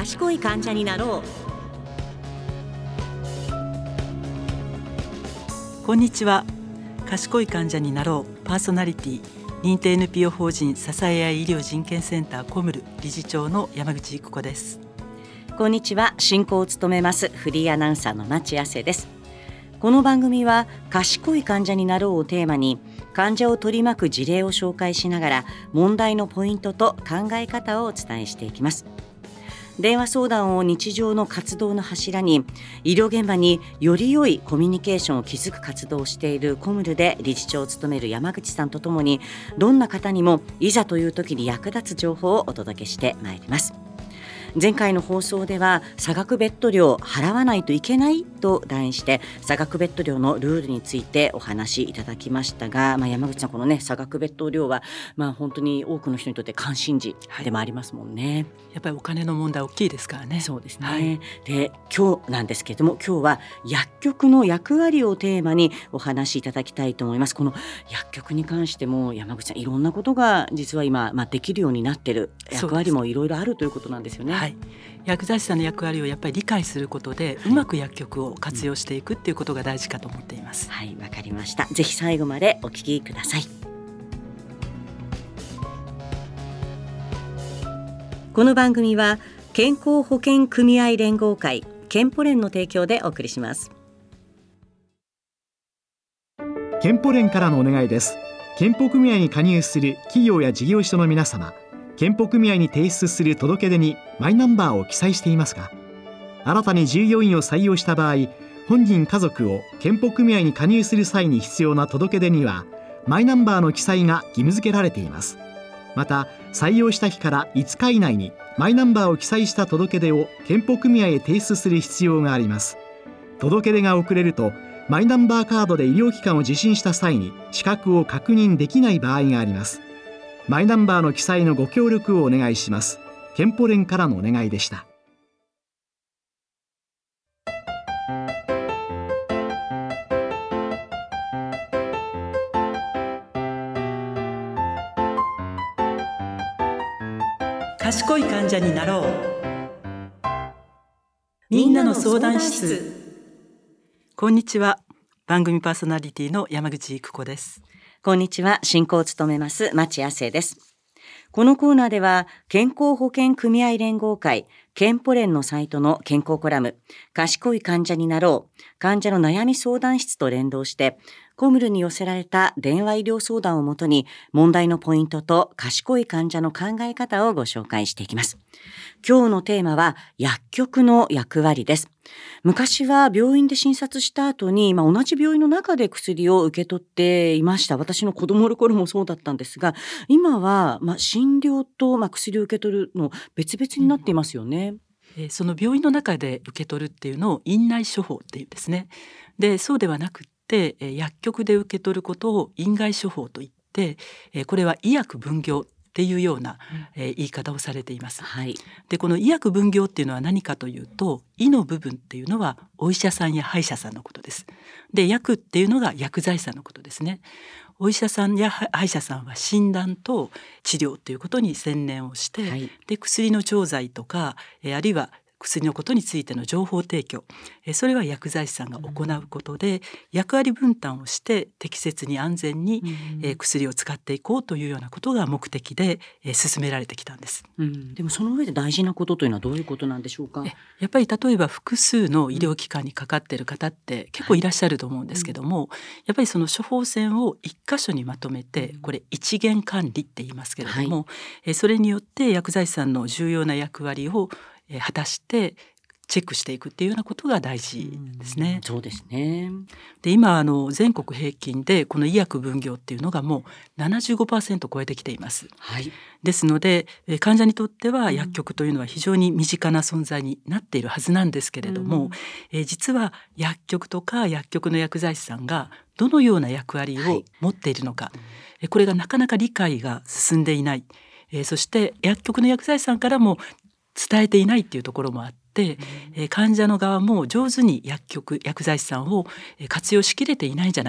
賢い患者になろう。 こんにちは。賢い患者になろうパーソナリティ、認定 NPO 法人支え合い医療人権センターコムル理事長の山口育子です。 こんにちは。進行を務めますフリーアナウンサーの町亜生です。この番組は賢い患者になろうをテーマに、患者を取り巻く事例を紹介しながら問題のポイントと考え方をお伝えしていきます。電話相談を日常の活動の柱に、医療現場により良いコミュニケーションを築く活動をしているコムルで理事長を務める山口さんとともに、どんな方にもいざという時に役立つ情報をお届けしてまいります。前回の放送では差額ベッド料払わないといけないと題して差額ベッド料のルールについてお話しいただきましたが、山口さん、この差額ベッド料は本当に多くの人にとって関心事でもありますもんね。 やっぱりお金の問題大きいですからね。 そうですね、で今日なんですけれども、今日は薬局の役割をテーマにお話しいただきたいと思います。この薬局に関しても山口さん、いろんなことが実は今、できるようになっている、役割もいろいろあるということなんですよね。 薬剤師さんの役割をやっぱり理解することで、うまく薬局を活用していくっていうことが大事かと思っています。 わかりました。ぜひ最後までお聞きください。この番組は健康保険組合連合会健保連の提供でお送りします。 健保連からのお願いです。健保組合に加入する企業や事業所の皆様、健保組合に提出する届け出にマイナンバーを記載していますか？新たに従業員を採用した場合、本人家族を健保組合に加入する際に必要な届け出にはマイナンバーの記載が義務付けられています。また、採用した日から5日以内にマイナンバーを記載した届け出を健保組合へ提出する必要があります。届け出が遅れると、マイナンバーカードで医療機関を受診した際に資格を確認できない場合があります。マイナンバーの記載のご協力をお願いします。健保連からのお願いでした。 賢い患者になろう。みんなの相談室。こんにちは。番組パーソナリティの山口育子です。 こんにちは。進行を務めます町亜生です。このコーナーでは健康保険組合連合会健保連のサイトの健康コラム、賢い患者になろう、患者の悩み相談室と連動して、コムルに寄せられた電話医療相談をもとに問題のポイントと賢い患者の考え方をご紹介していきます。今日のテーマは薬局の役割です。昔は病院で診察した後に、同じ病院の中で薬を受け取っていました。私の子供の頃もそうだったんですが、今は診療と薬を受け取るの別々になっていますよね。 その病院の中で受け取るっていうのを院内処方っていうんですね。で、そうではなくって薬局で受け取ることを院外処方といって、これは医薬分業っていうような、言い方をされています。で、この医薬分業っていうのは何かというと、医の部分っていうのはお医者さんや歯医者さんのことです。で、薬っていうのが薬剤師さんのことですね。お医者さんや歯医者さんは診断と治療ということに専念をして、で、薬の調剤とか、あるいは薬のことについての情報提供、それは薬剤師さんが行うことで、役割分担をして適切に安全に、薬を使っていこうというようなことが目的で、進められてきたんです。 でもその上で大事なことというのはどういうことなんでしょうか？ やっぱり例えば複数の医療機関にかかっている方って結構いらっしゃると思うんですけども、やっぱりその処方箋を一箇所にまとめて、これ一元管理って言いますけれども、それによって薬剤師さんの重要な役割を果たしてチェックしていくっていうようなことが大事ですね。 そうですね。 で、今全国平均でこの医薬分業っていうのがもう 75% 超えてきています。ですので患者にとっては薬局というのは非常に身近な存在になっているはずなんですけれども、実は薬局とか薬局の薬剤師さんがどのような役割を持っているのか、これがなかなか理解が進んでいない、そして薬局の薬剤師さんからも伝えていないっていうところもあって、患者の側も上手に薬剤師さんを活用しきれていないんじゃないかっ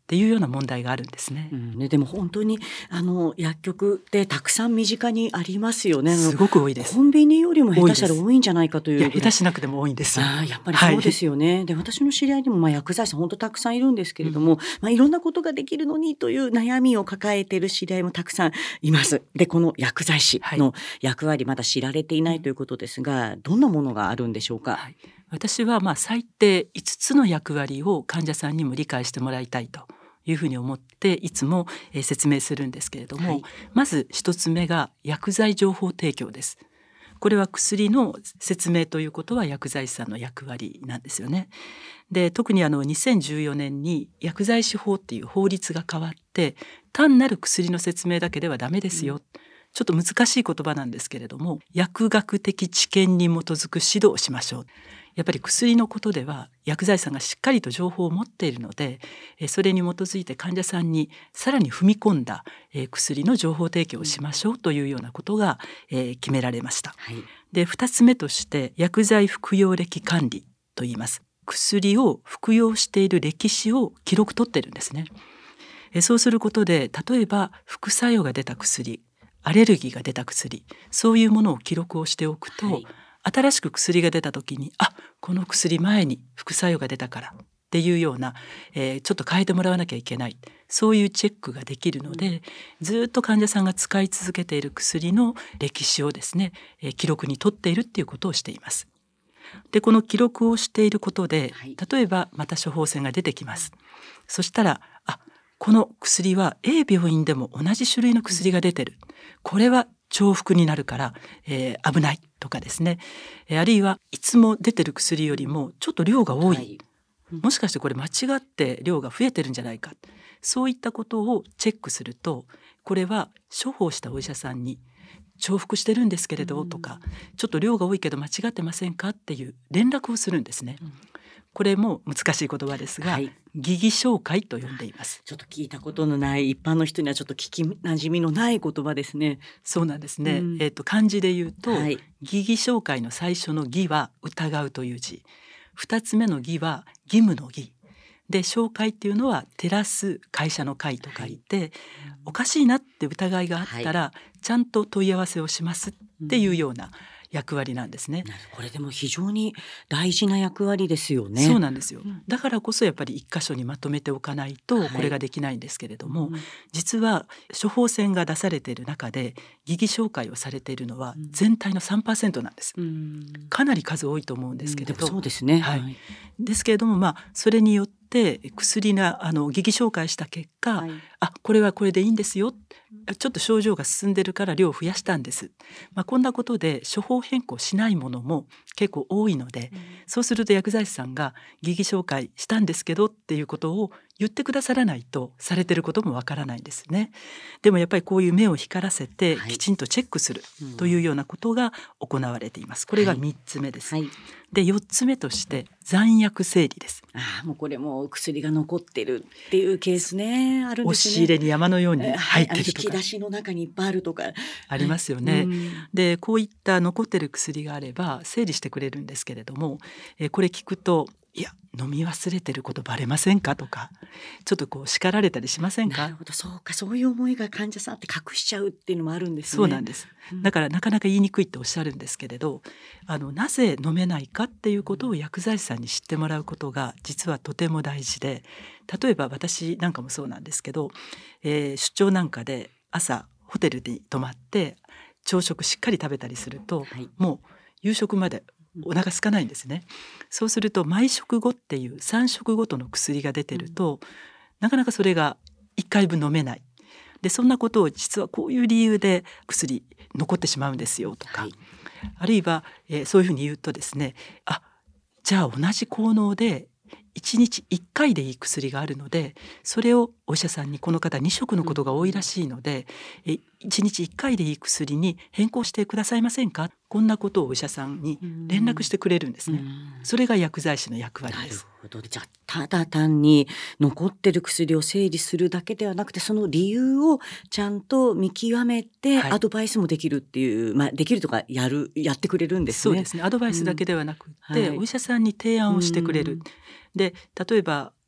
っていうような問題があるんですね。 でも本当に薬局ってたくさん身近にありますよね。 すごく多いです。 コンビニよりも下手したら多いんじゃないかという。 いや下手しなくても多いんですよ。 やっぱりそうですよね。で私の知り合いにも薬剤師本当たくさんいるんですけれども、いろんなことができるのにという悩みを抱えている知り合いもたくさんいます。でこの薬剤師の役割まだ知られていないということですが、どんなものがあるんでしょうか。 私は最低5つの役割を患者さんにも理解してもらいたいというふうに思っていつも説明するんですけれども、まず1つ目が薬剤情報提供です。これは薬の説明ということは薬剤師さんの役割なんですよね。で特に2014年に薬剤師法っていう法律が変わって、単なる薬の説明だけではダメですよ、ちょっと難しい言葉なんですけれども、薬学的知見に基づく指導をしましょう。やっぱり薬のことでは薬剤師さんがしっかりと情報を持っているので、それに基づいて患者さんにさらに踏み込んだ薬の情報提供をしましょうというようなことが決められました。で2つ目として薬剤服用歴管理といいます。薬を服用している歴史を記録取ってるんですね。そうすることで例えば副作用が出た薬、アレルギーが出た薬、そういうものを記録をしておくと、新しく薬が出た時にこの薬前に副作用が出たからっていうような、ちょっと変えてもらわなきゃいけない、そういうチェックができるので、ずっと患者さんが使い続けている薬の歴史をですね、記録に取っているっていうことをしています。でこの記録をしていることで、例えばまた処方箋が出てきます。そしたらこの薬は A 病院でも同じ種類の薬が出てる、これは重複になるから、危ないとかですね、あるいはいつも出てる薬よりもちょっと量が多い、もしかしてこれ間違って量が増えてるんじゃないか、そういったことをチェックすると、これは処方したお医者さんに重複してるんですけれどとか、ちょっと量が多いけど間違ってませんかっていう連絡をするんですね。これも難しい言葉ですが、疑義紹介と呼んでいます。 ちょっと聞いたことのない一般の人にはちょっと聞きなじみのない言葉ですね。 そうなんですね。漢字で言うと、疑義紹介の最初の義は疑うという字、2つ目の義は義務の義で、紹介っていうのは照らす会社の会と書いて、おかしいなって疑いがあったら、ちゃんと問い合わせをしますっていうような役割なんですね。 これでも非常に大事な役割ですよね。 そうなんですよ。だからこそやっぱり一箇所にまとめておかないとこれができないんですけれども、実は処方箋が出されている中で疑義紹介をされているのは全体の 3% なんです。かなり数多いと思うんですけれど、 そうですね。 ですけれども、それによって薬が疑義紹介した結果、これはこれでいいんですよ、ちょっと症状が進んでるから量を増やしたんです、こんなことで処方変更しないものも結構多いので、そうすると薬剤師さんが疑義紹介したんですけどっていうことを言ってくださらないとされてることもわからないんですね。でもやっぱりこういう目を光らせてきちんとチェックするというようなことが行われています。これが3つ目です。で4つ目として残薬整理です。 もうこれも薬が残ってるっていうケースね、あるんですね。 押し入れに山のように入ってるとか、 引き出しの中にいっぱいあるとかありますよね。でこういった残ってる薬があれば整理してくれるんですけれども、これ聞くと、いや飲み忘れてることバレませんかとか、ちょっと叱られたりしませんか。 なるほど、そうか、そういう思いが患者さんって隠しちゃうっていうのもあるんですね。 そうなんです。だからなかなか言いにくいっておっしゃるんですけれど、なぜ飲めないかっていうことを薬剤師さんに知ってもらうことが実はとても大事で、例えば私なんかもそうなんですけど、出張なんかで朝ホテルに泊まって朝食しっかり食べたりすると、もう夕食までお腹空かないんですね。そうすると毎食後っていう3食ごとの薬が出てると、なかなかそれが1回分飲めない。でそんなことを実はこういう理由で薬残ってしまうんですよとか、あるいは、そういうふうに言うとですね、じゃあ同じ効能で1日1回でいい薬があるので、それをお医者さんに、この方2食のことが多いらしいので、1日1回でいい薬に変更してくださいませんか、こんなことをお医者さんに連絡してくれるんですね。それが薬剤師の役割です。 なるほど。じゃあただ単に残ってる薬を整理するだけではなくて、その理由をちゃんと見極めてアドバイスもできるっていう、できるとかやってくれるんですね。 そうですね。アドバイスだけではなくて、お医者さんに提案をしてくれる。で例えば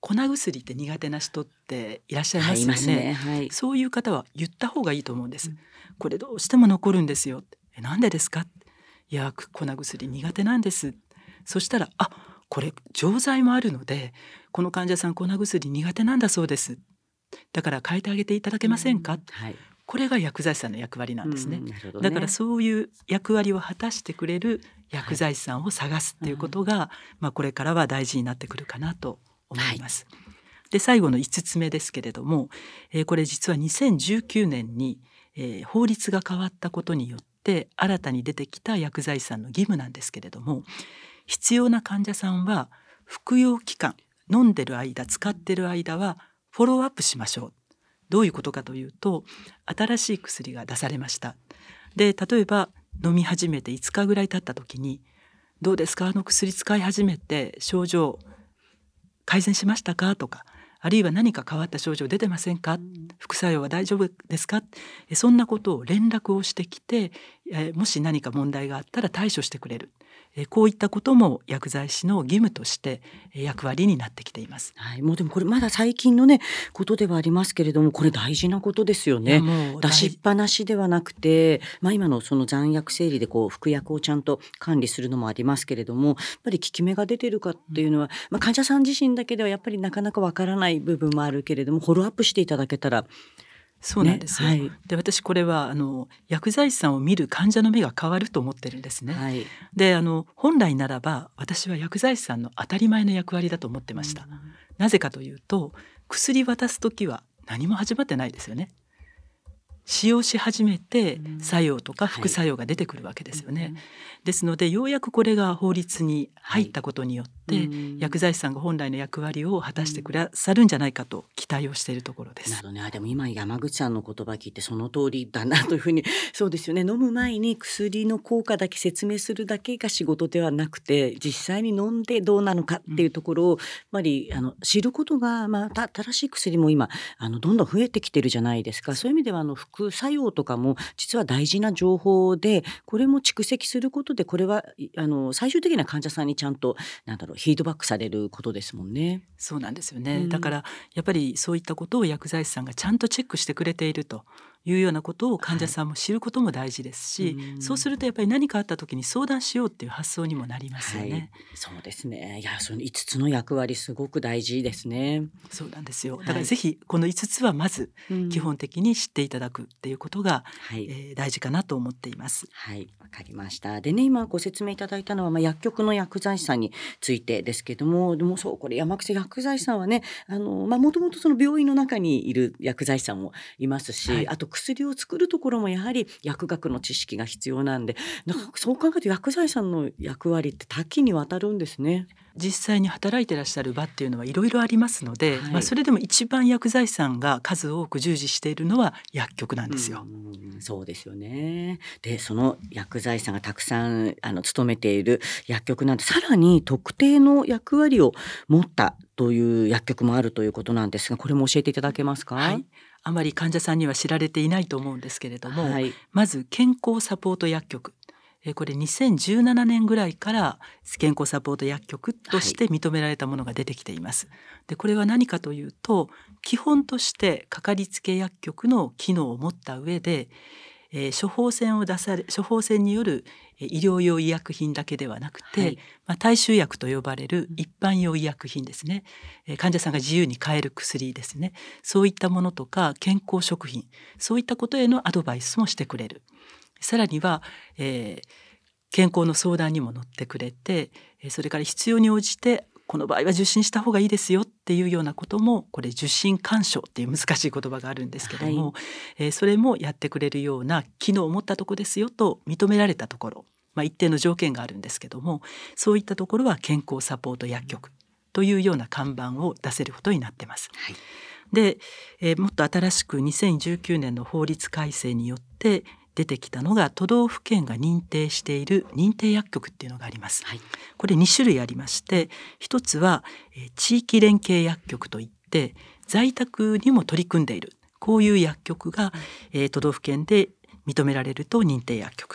粉薬って苦手な人っていらっしゃいますよね。 いますね。はい。 そういう方は言った方がいいと思うんです。これどうしても残るんですよ。なんでですか。いや粉薬苦手なんです。そしたらこれ錠剤もあるのでこの患者さん粉薬苦手なんだそうです。だから変えてあげていただけませんか。 はい。 これが薬剤師さんの役割なんですね。 なるほどね。 だからそういう役割を果たしてくれる薬剤師さんを探すっていうことが、これからは大事になってくるかなと思います。で最後の5つ目ですけれども、これ実は2019年に、法律が変わったことによって新たに出てきた薬剤師さんの義務なんですけれども、必要な患者さんは服用期間、飲んでる間使ってる間はフォローアップしましょう。どういうことかというと、新しい薬が出されました。で例えば飲み始めて5日ぐらい経った時に、どうですか、薬使い始めて症状改善しましたかとか、あるいは何か変わった症状出てませんか、副作用は大丈夫ですか、そんなことを連絡をしてきて、もし何か問題があったら対処してくれる、こういったことも薬剤師の義務として役割になってきています。 はい、もうでもこれまだ最近のねことではありますけれども、これ大事なことですよね。出しっぱなしではなくて、今のその残薬整理で服薬をちゃんと管理するのもありますけれども、やっぱり効き目が出てるかっていうのは、患者さん自身だけではやっぱりなかなかわからない部分もあるけれども、フォローアップしていただけたら。 そうなんですよ、 ね。はい、 で私これは薬剤師さんを見る患者の目が変わると思ってるんですね。 はい、 で本来ならば私は薬剤師さんの当たり前の役割だと思ってました。なぜかというと、薬渡すときは何も始まってないですよね。使用し始めて作用とか副作用が出てくるわけですよね。ですのでようやくこれが法律に入ったことによって、薬剤師さんが本来の役割を果たしてくださるんじゃないかと期待をしているところです。 なるほどね。でも今山口さんの言葉聞いてその通りだなというふうに、そうですよね。飲む前に薬の効果だけ説明するだけが仕事ではなくて、実際に飲んでどうなのかっていうところをやっぱり知ることが、新しい薬も今どんどん増えてきてるじゃないですか。そういう意味では副作用とかも実は大事な情報で、これも蓄積することで、これは最終的な患者さんにちゃんとフィードバックされることですもんね。 そうなんですよね。だからやっぱりそういったことを薬剤師さんがちゃんとチェックしてくれているというようなことを患者さんも知ることも大事ですし、そうするとやっぱり何かあった時に相談しようっていう発想にもなりますよね。 そうですね。いや、その5つの役割すごく大事ですね。 そうなんですよ。だからぜひこの5つはまず基本的に知っていただくっていうことが、大事かなと思っています。 はい、わかりました。でね、今ご説明いただいたのは、薬局の薬剤師さんについてですけども、でもこれ山口薬剤師さんはね、もともとその病院の中にいる薬剤師さんもいますし、あと薬を作るところもやはり薬学の知識が必要なんで、そう考えると薬剤師さんの役割って多岐にわたるんですね。 実際に働いてらっしゃる場っていうのはいろいろありますので、それでも一番薬剤師さんが数多く従事しているのは薬局なんですよ。 そうですよね。でその薬剤師さんがたくさん勤めている薬局なんで、さらに特定の役割を持ったという薬局もあるということなんですが、これも教えていただけますか？ あまり患者さんには知られていないと思うんですけれども、まず健康サポート薬局、これ2017年ぐらいから健康サポート薬局として認められたものが出てきています。でこれは何かというと、基本としてかかりつけ薬局の機能を持った上で、処方箋による医療用医薬品だけではなくて、大衆薬と呼ばれる一般用医薬品ですね、患者さんが自由に買える薬ですね、そういったものとか健康食品、そういったことへのアドバイスもしてくれる。さらには、健康の相談にも乗ってくれて、それから必要に応じてこの場合は受診した方がいいですよっていうようなことも、これ受診勧奨っていう難しい言葉があるんですけども、それもやってくれるような機能を持ったところですよと認められたところ、一定の条件があるんですけども、そういったところは健康サポート薬局というような看板を出せることになってます。で、もっと新しく2019年の法律改正によって出てきたのが、都道府県が認定している認定薬局っていうのがあります。これ2種類ありまして、一つは地域連携薬局といって在宅にも取り組んでいる、こういう薬局が都道府県で認められると認定薬局。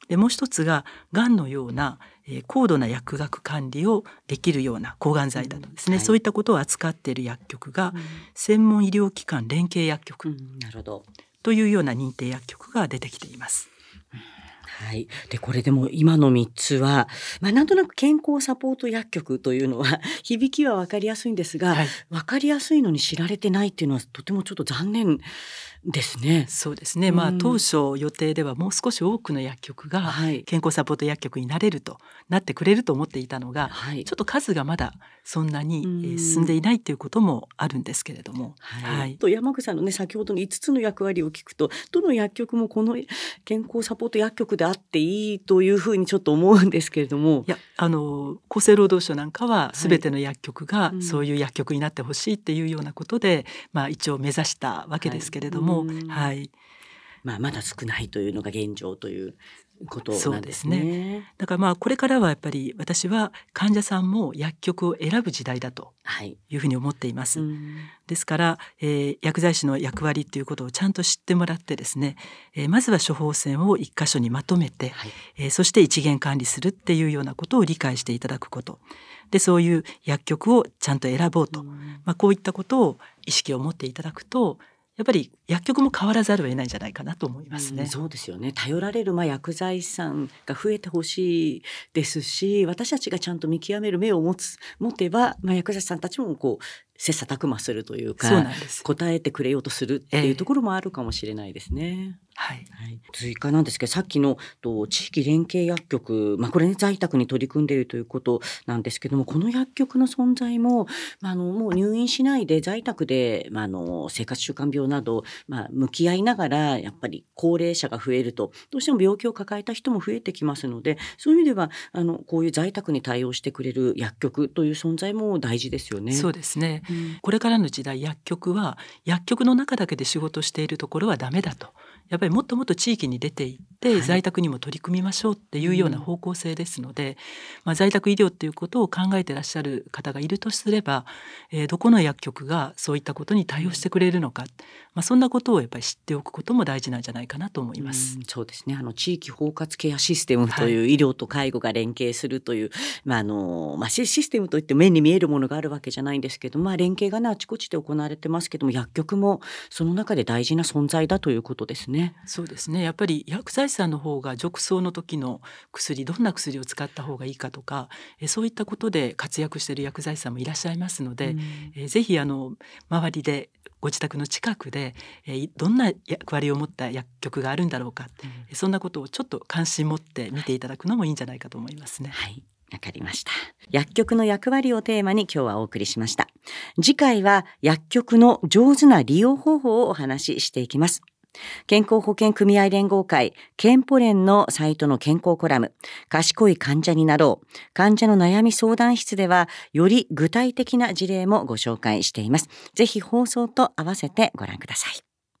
でもう一つががんのような高度な薬学管理をできるような抗がん剤だとですね、そういったことを扱っている薬局が専門医療機関連携薬局なるほどというような認定薬局が出てきています。 はい、でこれでも今の3つは、なんとなく健康サポート薬局というのは響きは分かりやすいんですが、分かりやすいのに知られてないっていうのはとてもちょっと残念ですね。 そうですね、当初予定ではもう少し多くの薬局が健康サポート薬局になってくれると思っていたのが、ちょっと数がまだそんなに進んでいないということもあるんですけれども、 と山口さんのね先ほどの5つの役割を聞くと、どの薬局もこの健康サポート薬局であっていいというふうにちょっと思うんですけれども、 いや厚生労働省なんかは全ての薬局がそういう薬局になってほしいっていうようなことで、一応目指したわけですけれども、 まだ少ないというのが現状ということなんですね。 そうですね。だからこれからはやっぱり私は患者さんも薬局を選ぶ時代だというふうに思っています。ですから、薬剤師の役割ということをちゃんと知ってもらってですね、まずは処方箋を一箇所にまとめて、そして一元管理するっていうようなことを理解していただくことで、そういう薬局をちゃんと選ぼうと、こういったことを意識を持っていただくと、やっぱり薬局も変わらざるを得ないんじゃないかなと思いますね。 そうですよね。頼られる薬剤師さんが増えてほしいですし、私たちがちゃんと見極める目を持てば、薬剤師さんたちも切磋琢磨するというか、答えてくれようとするっていうところもあるかもしれないですね。追加なんですけど、さっきの地域連携薬局、これね在宅に取り組んでいるということなんですけども、この薬局の存在も、もう入院しないで在宅で、生活習慣病など、向き合いながらやっぱり高齢者が増えると、どうしても病気を抱えた人も増えてきますので、そういう意味ではこういう在宅に対応してくれる薬局という存在も大事ですよね。 そうですね、これからの時代、薬局は薬局の中だけで仕事しているところはダメだと、やっぱりもっともっと地域に出ていって、在宅にも取り組みましょうっていうような方向性ですので、在宅医療っていうことを考えてらっしゃる方がいるとすれば、どこの薬局がそういったことに対応してくれるのか、そんなことをやっぱり知っておくことも大事なんじゃないかなと思います。 そうですね。地域包括ケアシステムという医療と介護が連携するという、システムといって目に見えるものがあるわけじゃないんですけど、連携があちこちで行われてますけども、薬局もその中で大事な存在だということですね。 そうですね。やっぱり薬剤師さんの方が褥瘡の時の薬、どんな薬を使った方がいいかとか、そういったことで活躍している薬剤師さんもいらっしゃいますので、ぜひ周りでご自宅の近くで、どんな役割を持った薬局があるんだろうか、そんなことをちょっと関心持って見ていただくのもいいんじゃないかと思いますね。 わかりました。薬局の役割をテーマに今日はお送りしました。次回は薬局の上手な利用方法をお話ししていきます。健康保険組合連合会健保連のサイトの健康コラム、賢い患者になろう、患者の悩み相談室ではより具体的な事例もご紹介しています。ぜひ放送と合わせてご覧ください。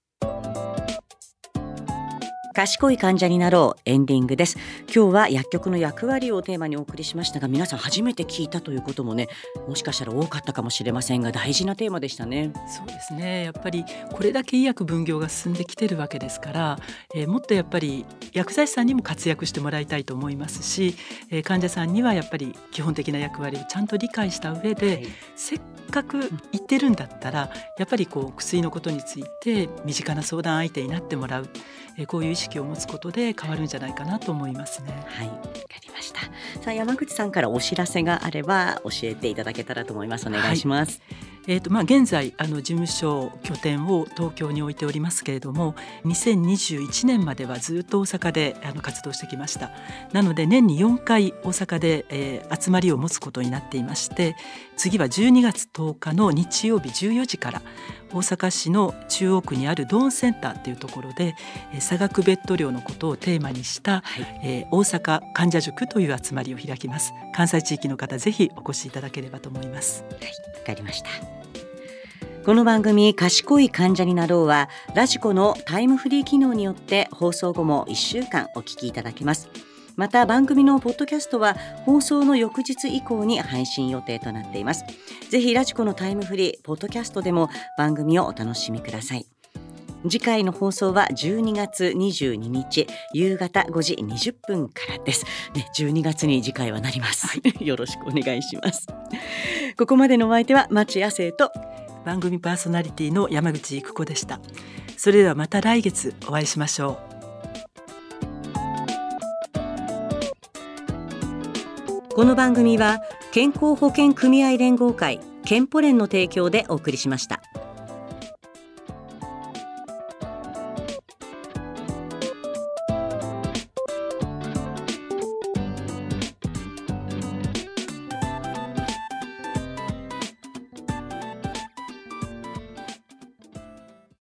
賢い患者になろうエンディングです。今日は薬局の役割をテーマにお送りしましたが、皆さん初めて聞いたということもね、もしかしたら多かったかもしれませんが、大事なテーマでしたね。 そうですね。やっぱりこれだけ医薬分業が進んできてるわけですから、もっとやっぱり薬剤師さんにも活躍してもらいたいと思いますし、患者さんにはやっぱり基本的な役割をちゃんと理解した上で、せっかく言ってるんだったらやっぱり薬のことについて身近な相談相手になってもらう、こういう意識を持つことで変わるんじゃないかなと思いますね。 わかりました。さあ、山口さんからお知らせがあれば教えていただけたらと思います。お願いします。 現在事務所拠点を東京に置いておりますけれども、2021年まではずっと大阪で活動してきました。なので年に4回大阪で、集まりを持つことになっていまして、次は12月10日の日曜日14時から大阪市の中央区にあるドーンセンターというところで、差額ベッド料のことをテーマにした、大阪患者塾という集まりを開きます。関西地域の方、ぜひお越しいただければと思います。 わかりました。この番組賢い患者になろうはラジコのタイムフリー機能によって放送後も1週間お聞きいただけます。また番組のポッドキャストは放送の翌日以降に配信予定となっています。ぜひラジコのタイムフリーポッドキャストでも番組をお楽しみください。 次回の放送は12月22日夕方5時20分からです、ね、12月に次回はなります、よろしくお願いします。ここまでのお相手は町野生と番組パーソナリティの山口育子でした。それではまた来月お会いしましょう。この番組は健康保険組合連合会健保連の提供でお送りしました。